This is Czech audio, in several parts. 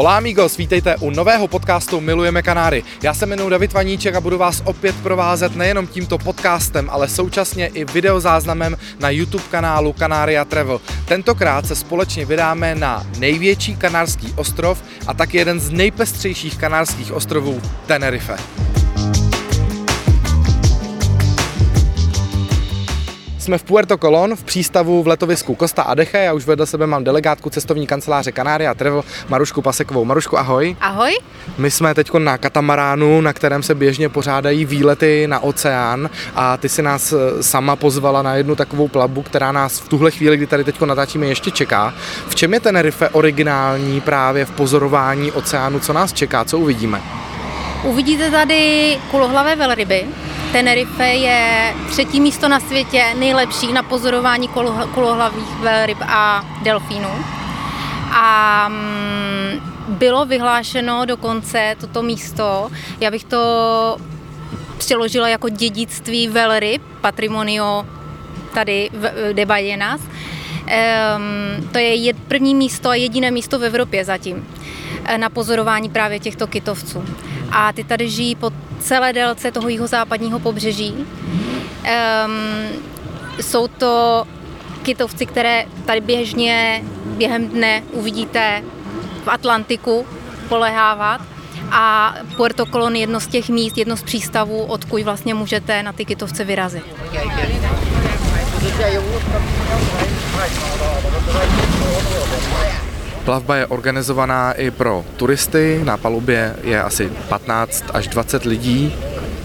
Hola amigos, vítejte u nového podcastu Milujeme Kanáry. Já se jmenuji David Vaníček a budu vás opět provázet nejenom tímto podcastem, ale současně i videozáznamem na YouTube kanálu Canaria Travel. Tentokrát se společně vydáme na největší kanárský ostrov a taky jeden z nejpestřejších kanárských ostrovů Tenerife. Jsme v Puerto Colón, v přístavu v letovisku Costa Adeje. Já už vedle sebe mám delegátku cestovní kanceláře Canaria Travel, Marušku Pasekovou. Marušku, ahoj. Ahoj. My jsme teď na katamaránu, na kterém se běžně pořádají výlety na oceán a ty si nás sama pozvala na jednu takovou plavbu, která nás v tuhle chvíli, kdy tady teď natáčíme, ještě čeká. V čem je Tenerife originální právě v pozorování oceánu? Co nás čeká? Co uvidíme? Uvidíte tady kulohlavé velryby. Tenerife je 3. místo na světě nejlepší na pozorování kulohlavých velryb a delfínů. A bylo vyhlášeno dokonce toto místo, já bych to přeložila jako dědictví velryb, patrimonio tady de Ballenas. To je první místo a jediné místo v Evropě zatím na pozorování právě těchto kytovců. A ty tady žijí po celé délce toho jihozápadního pobřeží. Jsou to kytovci, které tady běžně během dne uvidíte v Atlantiku polehávat. A Puerto Colón je jedno z těch míst, jedno z přístavů, odkud vlastně můžete na ty kytovce vyrazit. Plavba je organizovaná i pro turisty, na palubě je asi 15 až 20 lidí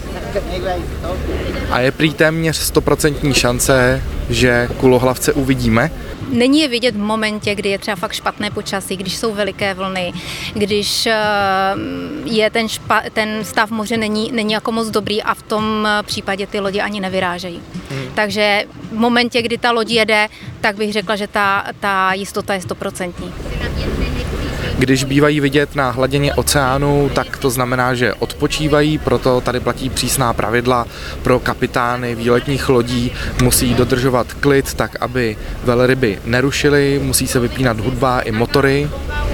a je prý téměř 100% šance, že kulohlavce uvidíme. Není je vidět v momentě, kdy je třeba fakt špatné počasí, když jsou veliké vlny, když je ten stav moře není jako moc dobrý a v tom případě ty lodi ani nevyrážejí. Takže v momentě, kdy ta loď jede, tak bych řekla, že ta jistota je 100%. Když bývají vidět na hladině oceánu, tak to znamená, že odpočívají, proto tady platí přísná pravidla pro kapitány výletních lodí. Musí dodržovat klid tak, aby velryby nerušily, musí se vypínat hudba i motory.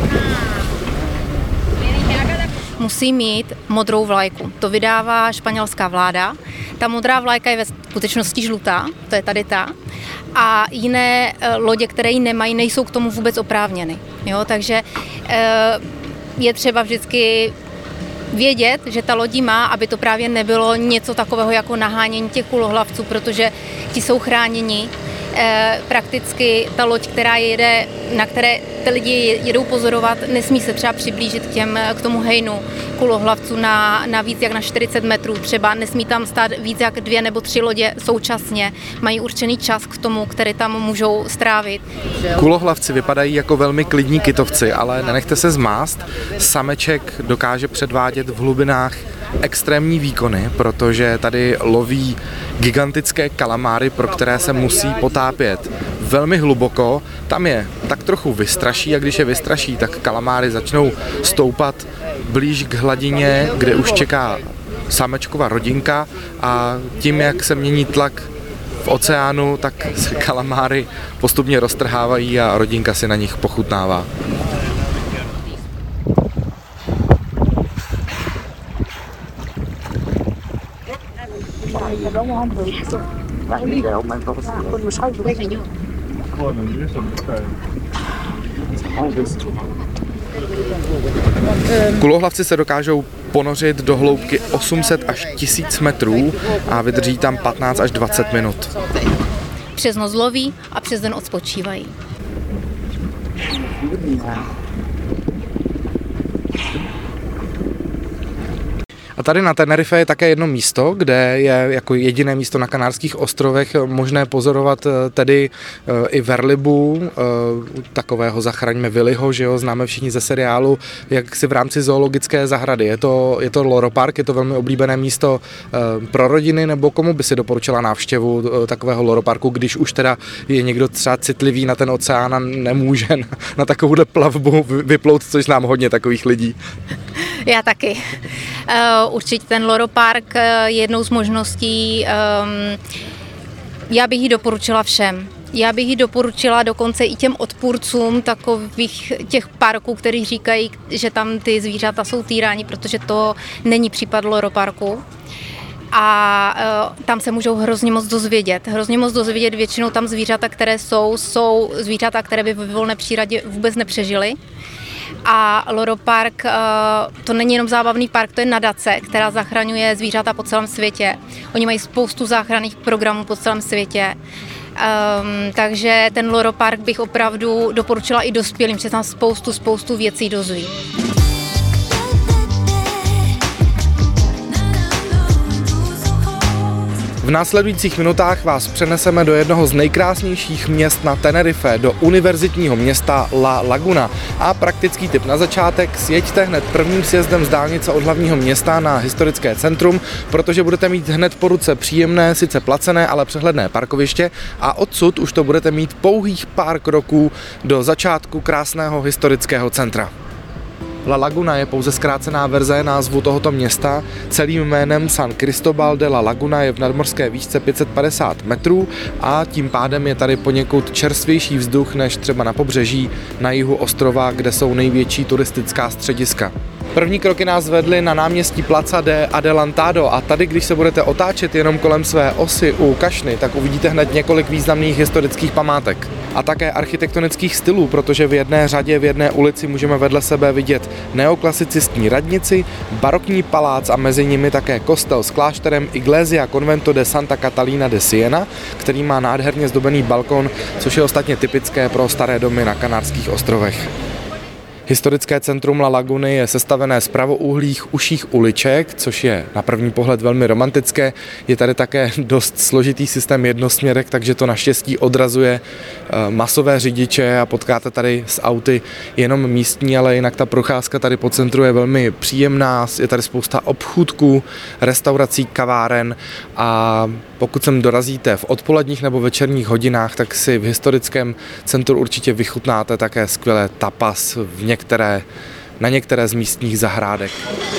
Musí mít modrou vlajku. To vydává španělská vláda. Ta modrá vlajka je ve skutečnosti žlutá, to je tady ta. A jiné lodě, které ji nemají, nejsou k tomu vůbec oprávněny. Jo? Takže je třeba vždycky vědět, že ta lodí má, aby to právě nebylo něco takového jako nahánění těch kulohlavců, protože ti jsou chráněni. Prakticky ta loď, která jede, na které ty lidi jedou pozorovat, nesmí se třeba přiblížit k tomu hejnu kulohlavců na víc jak na 40 metrů. Třeba nesmí tam stát víc jak 2 nebo 3 lodě současně. Mají určený čas k tomu, který tam můžou strávit. Kulohlavci vypadají jako velmi klidní kytovci, ale nenechte se zmást. Sameček dokáže předvádět v hlubinách extrémní výkony, protože tady loví gigantické kalamáry, pro které se musí potápět velmi hluboko. Tam je tak trochu vystraší a když je vystraší, tak kalamáry začnou stoupat blíž k hladině, kde už čeká samečková rodinka a tím, jak se mění tlak v oceánu, tak se kalamáry postupně roztrhávají a rodinka si na nich pochutnává. Kulohlavci se dokážou ponořit do hloubky 800 až 1000 metrů a vydrží tam 15 až 20 minut. Přes noc loví a přes den odpočívají. A tady na Tenerife je také jedno místo, kde je jako jediné místo na Kanárských ostrovech možné pozorovat tedy i velrybu, takového Zachraňme Willyho, že jo, známe všichni ze seriálu, jak si v rámci zoologické zahrady. Je to Loro Park, je to velmi oblíbené místo pro rodiny, nebo komu by si doporučila návštěvu takového Loro Parku, když už teda je někdo třeba citlivý na ten oceán a nemůže na takovouhle plavbu vyplout, což znám hodně takových lidí. Já taky. Určitě ten Loro Park je jednou z možností. Já bych ji doporučila všem. Já bych ji doporučila dokonce i těm odpůrcům takových těch parků, kteří říkají, že tam ty zvířata jsou týráni, protože to není případ loroparku. A tam se můžou hrozně moc dozvědět. Většinou tam zvířata, které jsou zvířata, které by ve volné přírodě vůbec nepřežily. A Loropark to není jenom zábavný park, to je nadace, která zachraňuje zvířata po celém světě. Oni mají spoustu záchranných programů po celém světě. Takže ten Loropark bych opravdu doporučila i dospělým, že tam spoustu věcí dozví. V následujících minutách vás přeneseme do jednoho z nejkrásnějších měst na Tenerife, do univerzitního města La Laguna. A praktický tip na začátek, sjeďte hned prvním sjezdem z dálnice od hlavního města na historické centrum, protože budete mít hned po ruce příjemné, sice placené, ale přehledné parkoviště a odsud už to budete mít pouhých pár kroků do začátku krásného historického centra. La Laguna je pouze zkrácená verze názvu tohoto města. Celým jménem San Cristóbal de la Laguna je v nadmořské výšce 550 metrů a tím pádem je tady poněkud čerstvější vzduch než třeba na pobřeží na jihu ostrova, kde jsou největší turistická střediska. První kroky nás vedly na náměstí Plaza de Adelantado a tady, když se budete otáčet jenom kolem své osy u kašny, tak uvidíte hned několik významných historických památek. A také architektonických stylů, protože v jedné řadě, v jedné ulici můžeme vedle sebe vidět neoklasicistní radnici, barokní palác a mezi nimi také kostel s klášterem Iglesia Convento de Santa Catalina de Siena, který má nádherně zdobený balkon, což je ostatně typické pro staré domy na Kanárských ostrovech. Historické centrum La Laguny je sestavené z pravoúhlých uších uliček, což je na první pohled velmi romantické. Je tady také dost složitý systém jednosměrek, takže to naštěstí odrazuje masové řidiče a potkáte tady s auty jenom místní, ale jinak ta procházka tady po centru je velmi příjemná. Je tady spousta obchůdků, restaurací, kaváren a pokud sem dorazíte v odpoledních nebo večerních hodinách, tak si v historickém centru určitě vychutnáte také skvělé tapas na některé z místních zahrádek.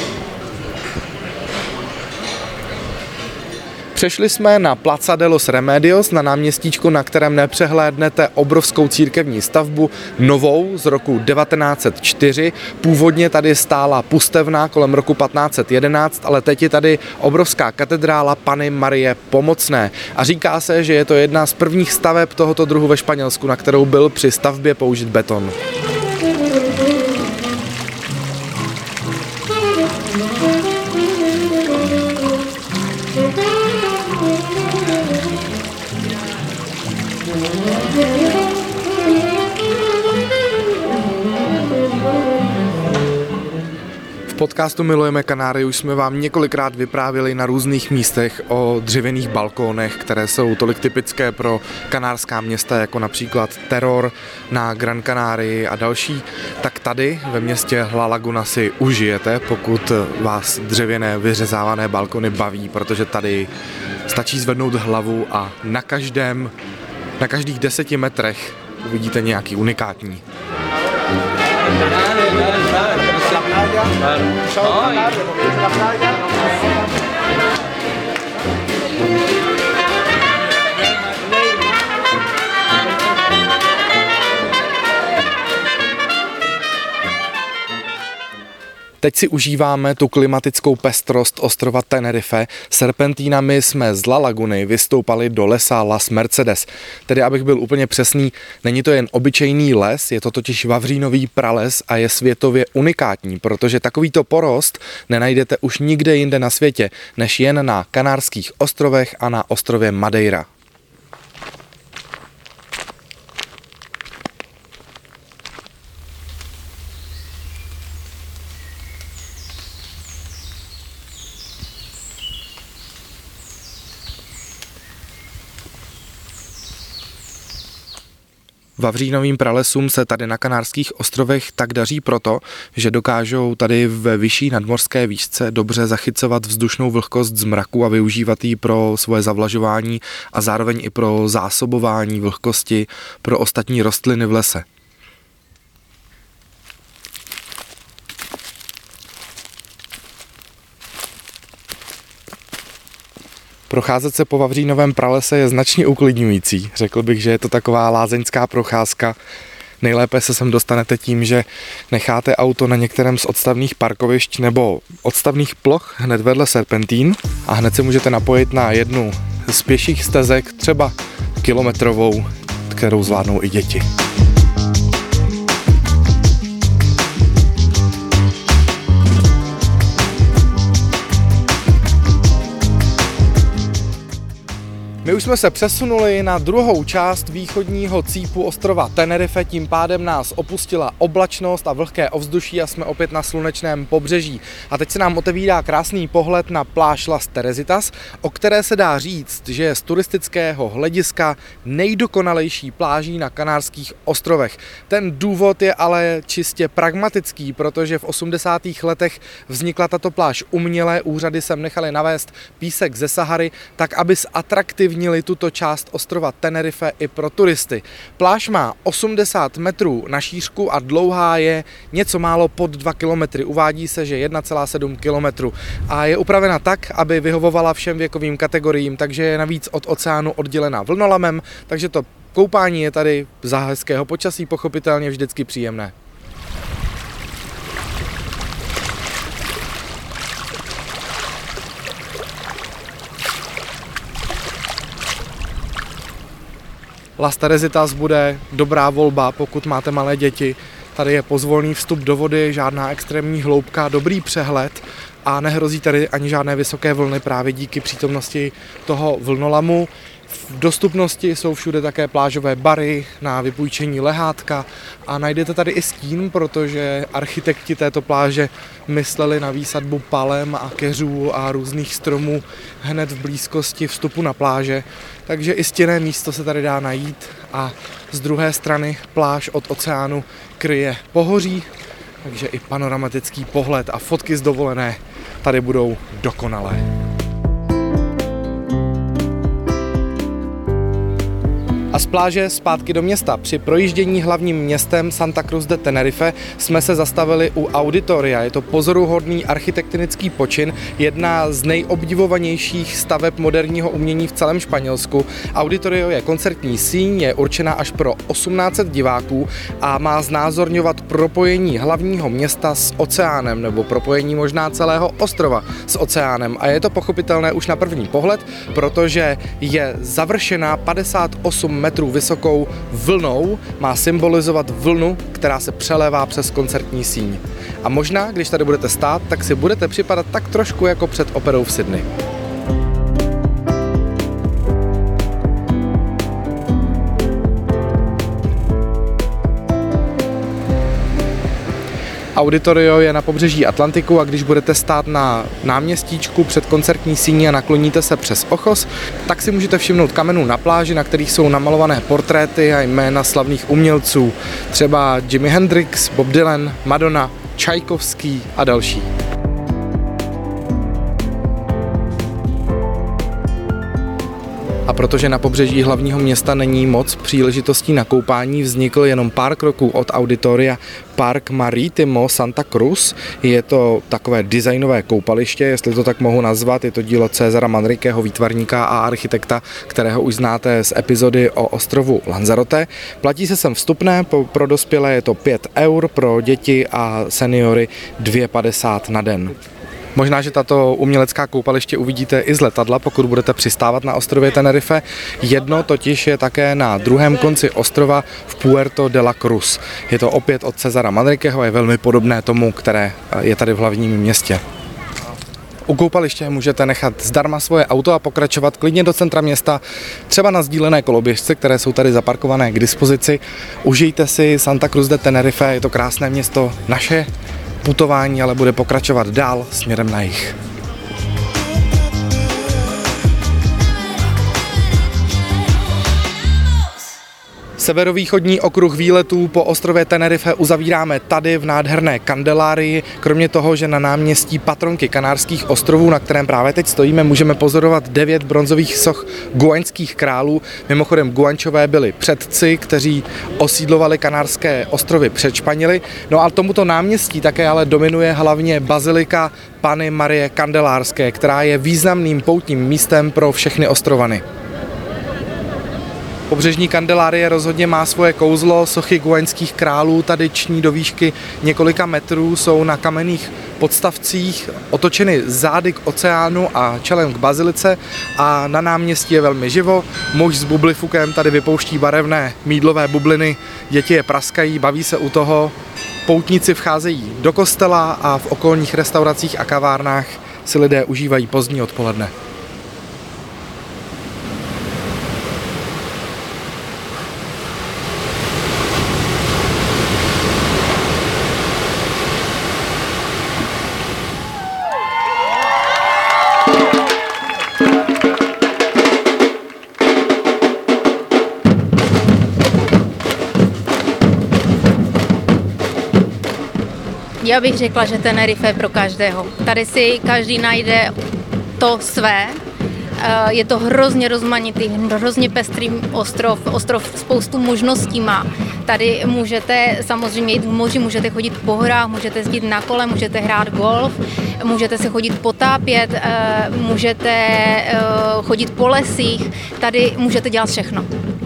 Přešli jsme na Plaza de los Remedios, na náměstíčku, na kterém nepřehlédnete obrovskou církevní stavbu, novou z roku 1904. Původně tady stála pustevna kolem roku 1511, ale teď je tady obrovská katedrála Panny Marie Pomocné. A říká se, že je to jedna z prvních staveb tohoto druhu ve Španělsku, na kterou byl při stavbě použit beton. V podcastu Milujeme Kanáry už jsme vám několikrát vyprávěli na různých místech o dřevěných balkónech, které jsou tolik typické pro kanárská města, jako například Terror na Gran Canarii a další. Tak tady ve městě La Laguna si užijete, pokud vás dřevěné vyřezávané balkony baví, protože tady stačí zvednout hlavu a na každých 10 metrech uvidíte nějaký unikátní. Teď si užíváme tu klimatickou pestrost ostrova Tenerife. Serpentínami jsme z La Laguny vystoupali do lesa Las Mercedes. Tedy, abych byl úplně přesný, není to jen obyčejný les, je to totiž vavřínový prales a je světově unikátní, protože takovýto porost nenajdete už nikde jinde na světě, než jen na Kanárských ostrovech a na ostrově Madeira. Vavřínovým pralesům se tady na Kanárských ostrovech tak daří proto, že dokážou tady ve vyšší nadmořské výšce dobře zachycovat vzdušnou vlhkost z mraku a využívat ji pro svoje zavlažování a zároveň i pro zásobování vlhkosti pro ostatní rostliny v lese. Procházet se po Vavřínovém pralese je značně uklidňující. Řekl bych, že je to taková lázeňská procházka. Nejlépe se sem dostanete tím, že necháte auto na některém z odstavných parkovišť nebo odstavných ploch hned vedle serpentín a hned se můžete napojit na jednu z pěších stezek, třeba kilometrovou, kterou zvládnou i děti. My už jsme se přesunuli na druhou část východního cípu ostrova Tenerife, tím pádem nás opustila oblačnost a vlhké ovzduší a jsme opět na slunečném pobřeží. A teď se nám otevírá krásný pohled na pláž Las Teresitas, o které se dá říct, že je z turistického hlediska nejdokonalejší pláží na Kanárských ostrovech. Ten důvod je ale čistě pragmatický, protože v 80. letech vznikla tato pláž uměle, úřady sem nechaly navést písek ze Sahary, tak aby zatraktivnili tuto část ostrova Tenerife i pro turisty. Pláž má 80 metrů na šířku a dlouhá je něco málo pod 2 kilometry. Uvádí se, že 1,7 kilometru. A je upravena tak, aby vyhovovala všem věkovým kategoriím, takže je navíc od oceánu oddělena vlnolamem, takže to koupání je tady za hezkého počasí pochopitelně vždycky příjemné. Las Teresitas bude dobrá volba, pokud máte malé děti. Tady je pozvolný vstup do vody, žádná extrémní hloubka, dobrý přehled a nehrozí tady ani žádné vysoké vlny právě díky přítomnosti toho vlnolamu. V dostupnosti jsou všude také plážové bary na vypůjčení lehátka a najdete tady i stín, protože architekti této pláže mysleli na výsadbu palem a keřů a různých stromů hned v blízkosti vstupu na pláže, takže i stěnné místo se tady dá najít a z druhé strany pláž od oceánu kryje pohoří, takže i panoramatický pohled a fotky z dovolené tady budou dokonalé. A z pláže zpátky do města. Při projíždění hlavním městem Santa Cruz de Tenerife jsme se zastavili u Auditoria. Je to pozoruhodný architektonický počin, jedna z nejobdivovanějších staveb moderního umění v celém Španělsku. Auditorio je koncertní síň, je určena až pro 1800 diváků a má znázorňovat propojení hlavního města s oceánem, nebo propojení možná celého ostrova s oceánem. A je to pochopitelné už na první pohled, protože je završená 58 metrů vysokou vlnou, má symbolizovat vlnu, která se přelévá přes koncertní síň. A možná, když tady budete stát, tak si budete připadat tak trošku jako před operou v Sydney. Auditorio je na pobřeží Atlantiku a když budete stát na náměstíčku před koncertní síní a nakloníte se přes ochos, tak si můžete všimnout kamenů na pláži, na kterých jsou namalované portréty a jména slavných umělců, třeba Jimi Hendrix, Bob Dylan, Madonna, Čajkovský a další. A protože na pobřeží hlavního města není moc příležitostí na koupání, vznikl jenom pár kroků od Auditoria Park Marítimo Santa Cruz. Je to takové designové koupaliště, jestli to tak mohu nazvat. Je to dílo Césara Manriqueho, výtvarníka a architekta, kterého už znáte z epizody o ostrovu Lanzarote. Platí se sem vstupné, pro dospělé je to 5 eur, pro děti a seniory 2,50 na den. Možná, že tato umělecká koupaliště uvidíte i z letadla, pokud budete přistávat na ostrově Tenerife. Jedno totiž je také na druhém konci ostrova v Puerto de la Cruz. Je to opět od Césara Manriqueho, je velmi podobné tomu, které je tady v hlavním městě. U koupaliště můžete nechat zdarma svoje auto a pokračovat klidně do centra města, třeba na sdílené koloběžce, které jsou tady zaparkované k dispozici. Užijte si Santa Cruz de Tenerife, je to krásné město, naše putování ale bude pokračovat dál směrem na jih. Severovýchodní okruh výletů po ostrově Tenerife uzavíráme tady v nádherné Kandelárii. Kromě toho, že na náměstí patronky Kanárských ostrovů, na kterém právě teď stojíme, můžeme pozorovat 9 bronzových soch guaňských králů. Mimochodem Guančové byli předci, kteří osídlovali Kanárské ostrovy před Španěli. No a tomuto náměstí také ale dominuje hlavně bazilika Panny Marie Kandelárské, která je významným poutním místem pro všechny ostrovany. Pobřežní Kandelárie rozhodně má svoje kouzlo, sochy guaňských králů tady ční do výšky několika metrů, jsou na kamenných podstavcích, otočeny zády k oceánu a čelem k bazilice a na náměstí je velmi živo. Muž s bublifukem tady vypouští barevné mýdlové bubliny, děti je praskají, baví se u toho, poutníci vcházejí do kostela a v okolních restauracích a kavárnách si lidé užívají pozdní odpoledne. Já bych řekla, že Tenerife je pro každého. Tady si každý najde to své. Je to hrozně rozmanitý, hrozně pestrý ostrov spoustu možností má. Tady můžete samozřejmě jít v moři, můžete chodit po horách, můžete jezdit na kole, můžete hrát golf, můžete se chodit potápět, můžete chodit po lesích, tady můžete dělat všechno.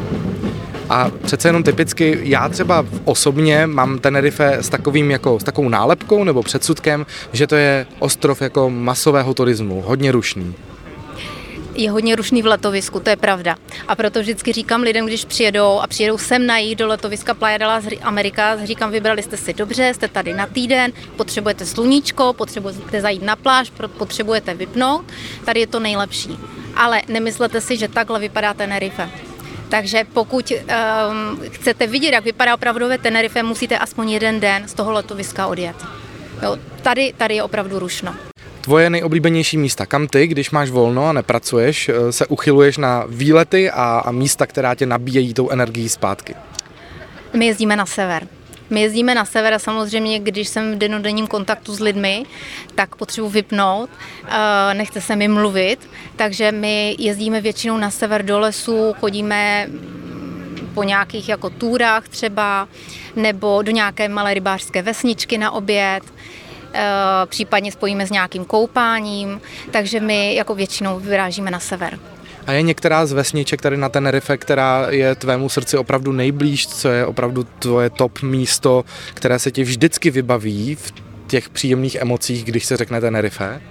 A přece jenom typicky, já třeba osobně mám Tenerife s takovou nálepkou nebo předsudkem, že to je ostrov jako masového turismu, hodně rušný. Je hodně rušný v letovisku, to je pravda. A proto vždycky říkám lidem, když přijedou sem najít do letoviska Playa de las Americas, říkám, vybrali jste si dobře, jste tady na týden, potřebujete sluníčko, potřebujete zajít na pláž, potřebujete vypnout, tady je to nejlepší. Ale nemyslete si, že takhle vypadá Tenerife. Takže pokud chcete vidět, jak vypadá opravdové Tenerife, musíte aspoň jeden den z toho letoviska odjet. Jo, tady je opravdu rušno. Tvoje nejoblíbenější místa, kam ty, když máš volno a nepracuješ, se uchyluješ na výlety a místa, která tě nabíjejí tou energií zpátky? My jezdíme na sever. My jezdíme na sever a samozřejmě, když jsem v dennodenním kontaktu s lidmi, tak potřebuji vypnout, nechce se mi mluvit, takže my jezdíme většinou na sever do lesu, chodíme po nějakých jako túrách třeba, nebo do nějaké malé rybářské vesničky na oběd, případně spojíme s nějakým koupáním, takže my jako většinou vyrážíme na sever. A je některá z vesniček tady na Tenerife, která je tvému srdci opravdu nejblíž, co je opravdu tvoje top místo, které se ti vždycky vybaví v těch příjemných emocích, když se řekne Tenerife?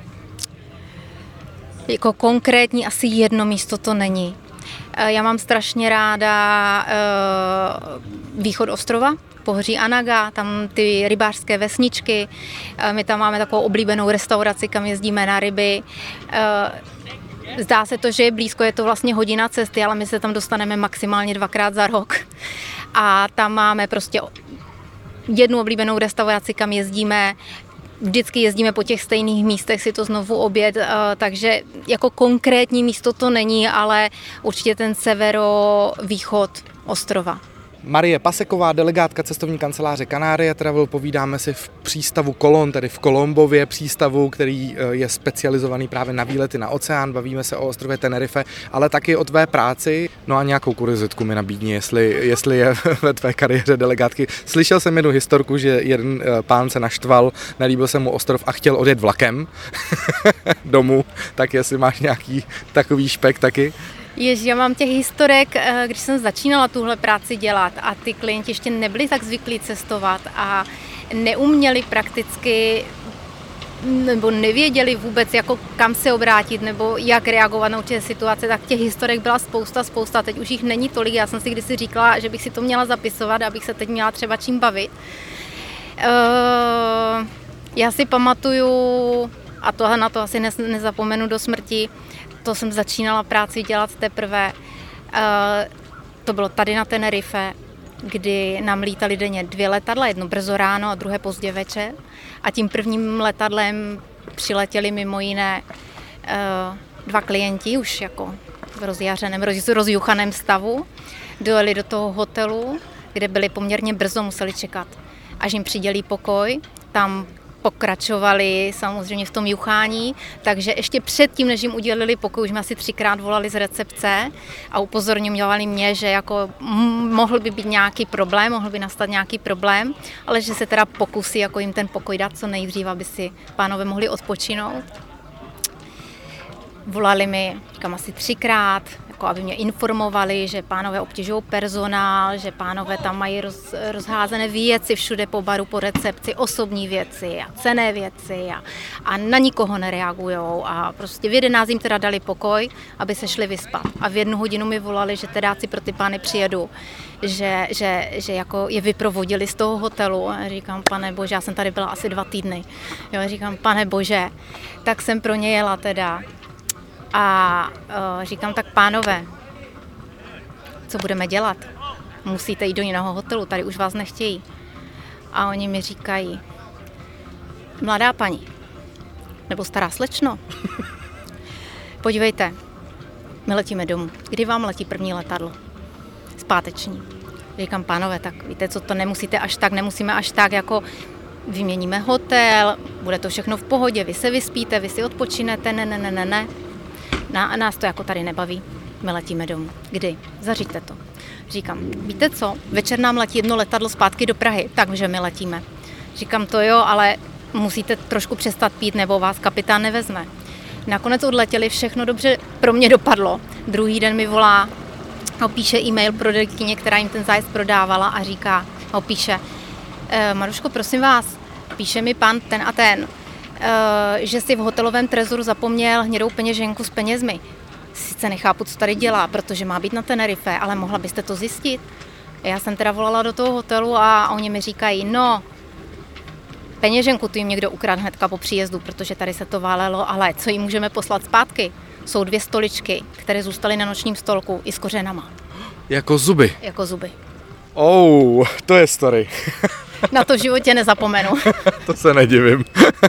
Jako konkrétní asi jedno místo to není. Já mám strašně ráda východ ostrova, pohoří Anaga, tam ty rybářské vesničky, my tam máme takovou oblíbenou restauraci, kam jezdíme na ryby. Zdá se to, že je blízko, je to vlastně hodina cesty, ale my se tam dostaneme maximálně 2krát za rok. A tam máme prostě jednu oblíbenou restauraci, kam jezdíme. Vždycky jezdíme po těch stejných místech si to znovu oběd, takže jako konkrétní místo to není, ale určitě ten severovýchod ostrova. Marie Paseková, delegátka cestovní kanceláře Canária Travel, povídáme si v přístavu Colón, tedy v Kolombově přístavu, který je specializovaný právě na výlety na oceán, bavíme se o ostrově Tenerife, ale taky o tvé práci. No a nějakou kuriozitku mi nabídni, jestli je ve tvé kariéře delegátky. Slyšel jsem jednu historku, že jeden pán se naštval, nelíbil se mu ostrov a chtěl odjet vlakem domů, tak jestli máš nějaký takový špek taky. Já mám těch historek, když jsem začínala tuhle práci dělat a ty klienti ještě nebyli tak zvyklí cestovat a neuměli prakticky nebo nevěděli vůbec, jako kam se obrátit nebo jak reagovat na určité situace, tak těch historek byla spousta, teď už jich není tolik. Já jsem si kdysi říkala, že bych si to měla zapisovat, abych se teď měla třeba čím bavit. Já si pamatuju, a na to asi nezapomenu do smrti, to jsem začínala práci dělat teprve. To bylo tady na Tenerife, kdy nám lítali denně 2 letadla, jedno brzo ráno a druhé pozdě večer. A tím prvním letadlem přiletěli mimo jiné 2 klienti, už jako v rozjařeném, rozjuchaném stavu. Dojeli do toho hotelu, kde byli poměrně brzo, museli čekat, až jim přidělí pokoj. Tam pokračovali samozřejmě v tom juchání, takže ještě předtím, než jim udělili pokoj, už jsme asi 3krát volali z recepce a upozorňovali mě, že jako mohl by být nějaký problém, mohl by nastat nějaký problém, ale že se teda pokusí jako jim ten pokoj dát co nejdřív, aby si pánové mohli odpočinout. Volali mi, říkám, asi 3krát, jako aby mě informovali, že pánové obtěžují personál, že pánové tam mají rozházené věci všude po baru, po recepci, osobní věci a cenné věci a na nikoho nereagujou a prostě v 11 jim teda dali pokoj, aby se šli vyspat. A v 1 hodinu mi volali, že tedáci pro ty pány přijedu, že jako je vyprovodili z toho hotelu. A říkám, pane bože, já jsem tady byla asi 2 týdny. Jo, říkám, pane bože, tak jsem pro ně jela teda. A říkám, tak pánové, co budeme dělat? Musíte jít do jiného hotelu, tady už vás nechtějí. A oni mi říkají, mladá paní, nebo stará slečno, podívejte, my letíme domů. Kdy vám letí první letadlo? Zpáteční. Říkám, pánové, tak víte co, to nemusíte až tak, nemusíme až tak, jako vyměníme hotel, bude to všechno v pohodě, vy se vyspíte, vy si odpočinete, ne. Nás to jako tady nebaví, my letíme domů. Kdy? Zařiďte to. Říkám, víte co, večer nám letí 1 letadlo zpátky do Prahy, takže my letíme. Říkám, to jo, ale musíte trošku přestat pít, nebo vás kapitán nevezme. Nakonec odletěli, všechno dobře pro mě dopadlo. Druhý den mi volá, píše e-mail prodejkyně, která jim ten zájezd prodávala a říká, píše, Maruško, prosím vás, píše mi pan ten a ten, že si v hotelovém trezoru zapomněl hnědou peněženku s penězmi. Sice nechápu, co tady dělá, protože má být na Tenerife, ale mohla byste to zjistit. Já jsem teda volala do toho hotelu a oni mi říkají, no, peněženku tu jim někdo ukradl hnedka po příjezdu, protože tady se to válelo, ale co jim můžeme poslat zpátky? Jsou 2 stoličky, které zůstaly na nočním stolku i s kořenama. Jako zuby? Jako zuby. To je story. Na to v životě nezapomenu. To se nedivím.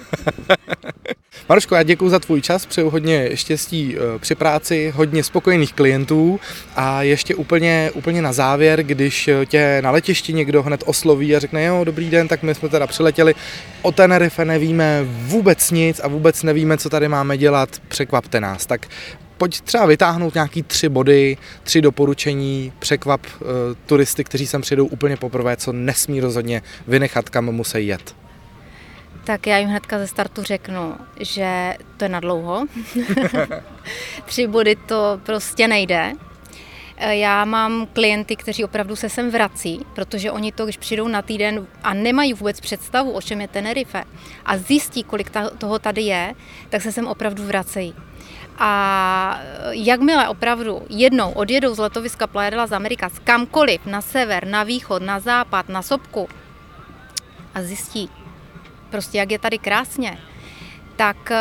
Maruško, já děkuju za tvůj čas, přeju hodně štěstí při práci, hodně spokojených klientů a ještě úplně na závěr, když tě na letišti někdo hned osloví a řekne, jo, dobrý den, tak my jsme teda přiletěli, o Tenerife nevíme vůbec nic a vůbec nevíme, co tady máme dělat, překvapte nás. Tak pojď třeba vytáhnout nějaký 3 body, 3 doporučení, překvap turisty, kteří sem přijdou úplně poprvé, co nesmí rozhodně vynechat, kam musí jet. Tak já jim hnedka ze startu řeknu, že to je nadlouho. 3 body to prostě nejde. Já mám klienty, kteří opravdu se sem vrací, protože oni to, když přijdou na týden a nemají vůbec představu, o čem je Tenerife a zjistí, kolik toho tady je, tak se sem opravdu vracejí. A jakmile opravdu jednou odjedou z letoviska Playa de las Americas kamkoliv, na sever, na východ, na západ, na sopku a zjistí prostě, jak je tady krásně, tak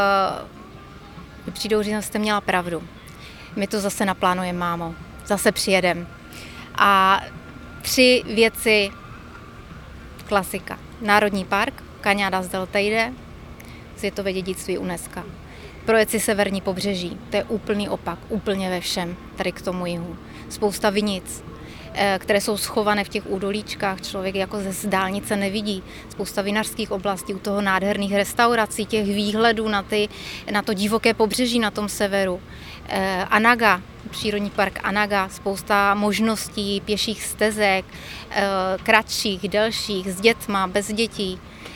přijdou říct, že jste měla pravdu. My to zase naplánujeme, mámo. Zase přijedem. A 3 věci, klasika. Národní park, Cañadas del Teide, světové dědictví UNESCO. Projet si severní pobřeží, to je úplný opak, úplně ve všem, tady k tomu jihu. Spousta vinic, které jsou schované v těch údolíčkách, člověk jako ze dálnice nevidí. Spousta vinařských oblastí, u toho nádherných restaurací, těch výhledů na to divoké pobřeží na tom severu. Anaga, přírodní park Anaga, spousta možností, pěších stezek, kratších, delších, s dětma, bez dětí.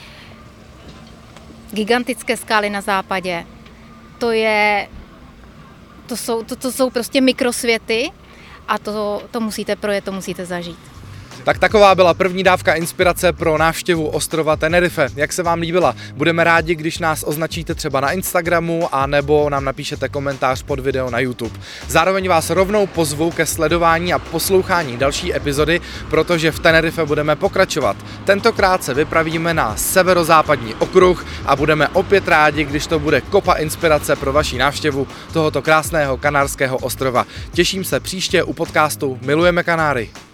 Gigantické skály na západě. To jsou prostě mikrosvěty a to musíte projet, to musíte zažít. Tak taková byla první dávka inspirace pro návštěvu ostrova Tenerife. Jak se vám líbila? Budeme rádi, když nás označíte třeba na Instagramu a nebo nám napíšete komentář pod video na YouTube. Zároveň vás rovnou pozvu ke sledování a poslouchání další epizody, protože v Tenerife budeme pokračovat. Tentokrát se vypravíme na severozápadní okruh a budeme opět rádi, když to bude kopa inspirace pro vaši návštěvu tohoto krásného kanárského ostrova. Těším se příště u podcastu Milujeme Kanáry.